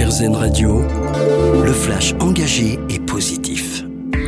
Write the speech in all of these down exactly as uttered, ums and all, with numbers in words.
RZN Radio, le flash engagé et positif.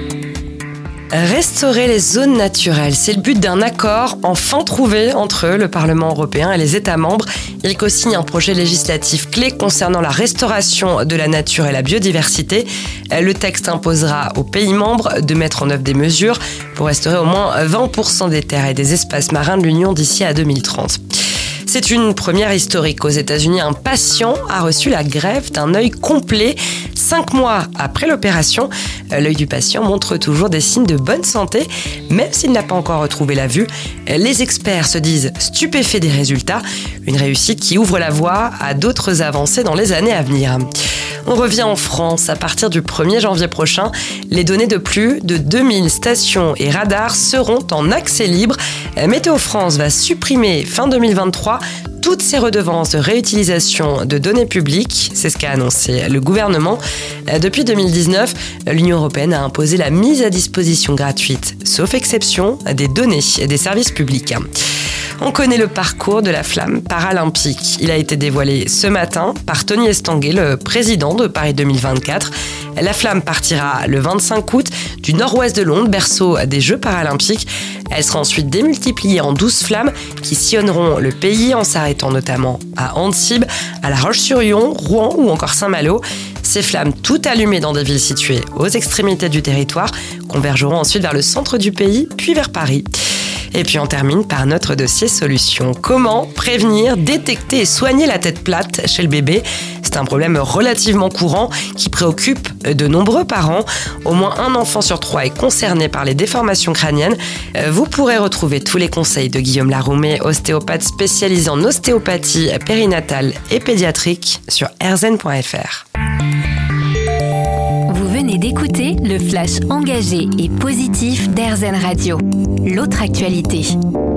Restaurer les zones naturelles, c'est le but d'un accord enfin trouvé entre le Parlement européen et les États membres. Il co-signe un projet législatif clé concernant la restauration de la nature et la biodiversité. Le texte imposera aux pays membres de mettre en œuvre des mesures pour restaurer au moins vingt pour cent des terres et des espaces marins de l'Union d'ici à deux mille trente. C'est une première historique. Aux États-Unis, un patient a reçu la greffe d'un œil complet. Cinq mois après l'opération, l'œil du patient montre toujours des signes de bonne santé, même s'il n'a pas encore retrouvé la vue. Les experts se disent stupéfaits des résultats. Une réussite qui ouvre la voie à d'autres avancées dans les années à venir. On revient en France. À partir du premier janvier prochain, les données de plus de deux mille stations et radars seront en accès libre. Météo France va supprimer fin deux mille vingt-trois toutes ces redevances de réutilisation de données publiques. C'est ce qu'a annoncé le gouvernement. Depuis deux mille dix-neuf, l'Union européenne a imposé la mise à disposition gratuite, sauf exception, des données et des services publics. On connaît le parcours de la flamme paralympique. Il a été dévoilé ce matin par Tony Estanguet, le président de Paris deux mille vingt-quatre. La flamme partira le vingt-cinq août du nord-ouest de Londres, berceau des Jeux paralympiques. Elle sera ensuite démultipliée en douze flammes qui sillonneront le pays en s'arrêtant notamment à Antibes, à La Roche-sur-Yon, Rouen ou encore Saint-Malo. Ces flammes, toutes allumées dans des villes situées aux extrémités du territoire, convergeront ensuite vers le centre du pays, puis vers Paris. Et puis on termine par notre dossier solution. Comment prévenir, détecter et soigner la tête plate chez le bébé ? C'est un problème relativement courant qui préoccupe de nombreux parents. Au moins un enfant sur trois est concerné par les déformations crâniennes. Vous pourrez retrouver tous les conseils de Guillaume Laroumet, ostéopathe spécialisé en ostéopathie périnatale et pédiatrique sur r z n point f r. Vous venez d'écouter le flash engagé et positif d'R Z N Radio. L'autre actualité.